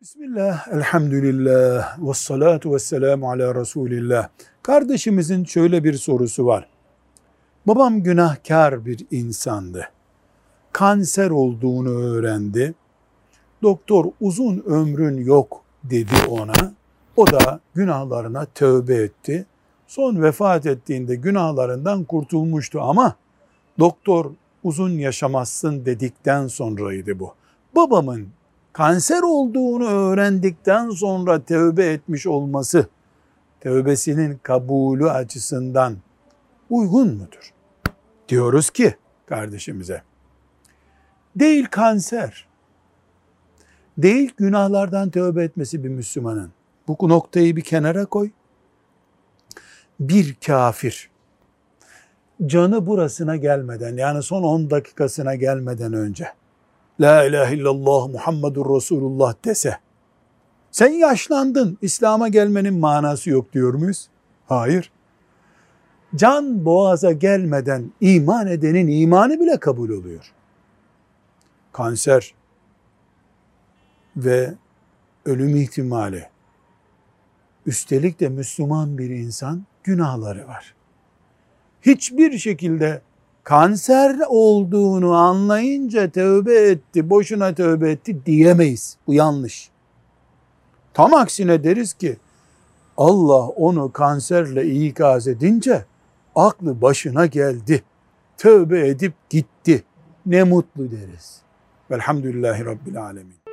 Bismillah, elhamdülillah, ve salatu ve selamu ala Resulillah. Kardeşimizin şöyle bir sorusu var. Babam günahkar bir insandı. Kanser olduğunu öğrendi. Doktor uzun ömrün yok dedi ona. O da günahlarına tövbe etti. Son vefat ettiğinde günahlarından kurtulmuştu ama doktor uzun yaşamazsın dedikten sonraydı bu. Babamın kanser olduğunu öğrendikten sonra tövbe etmiş olması tövbesinin kabulü açısından uygun mudur? Diyoruz ki kardeşimize, değil kanser, değil günahlardan tövbe etmesi bir Müslümanın. Bu noktayı bir kenara koy. Bir kafir, canı burasına gelmeden, yani son 10 dakikasına gelmeden önce La ilahe illallah Muhammedur Resulullah dese, sen yaşlandın, İslam'a gelmenin manası yok diyor muyuz? Hayır. Can boğaza gelmeden iman edenin imanı bile kabul oluyor. Kanser ve ölüm ihtimali, üstelik de Müslüman bir insan, günahları var. Hiçbir şekilde kanser olduğunu anlayınca tövbe etti, boşuna tövbe etti diyemeyiz. Bu yanlış. Tam aksine deriz ki Allah onu kanserle ikaz edince aklı başına geldi. Tövbe edip gitti. Ne mutlu deriz. Velhamdülillahi Rabbil Alemin.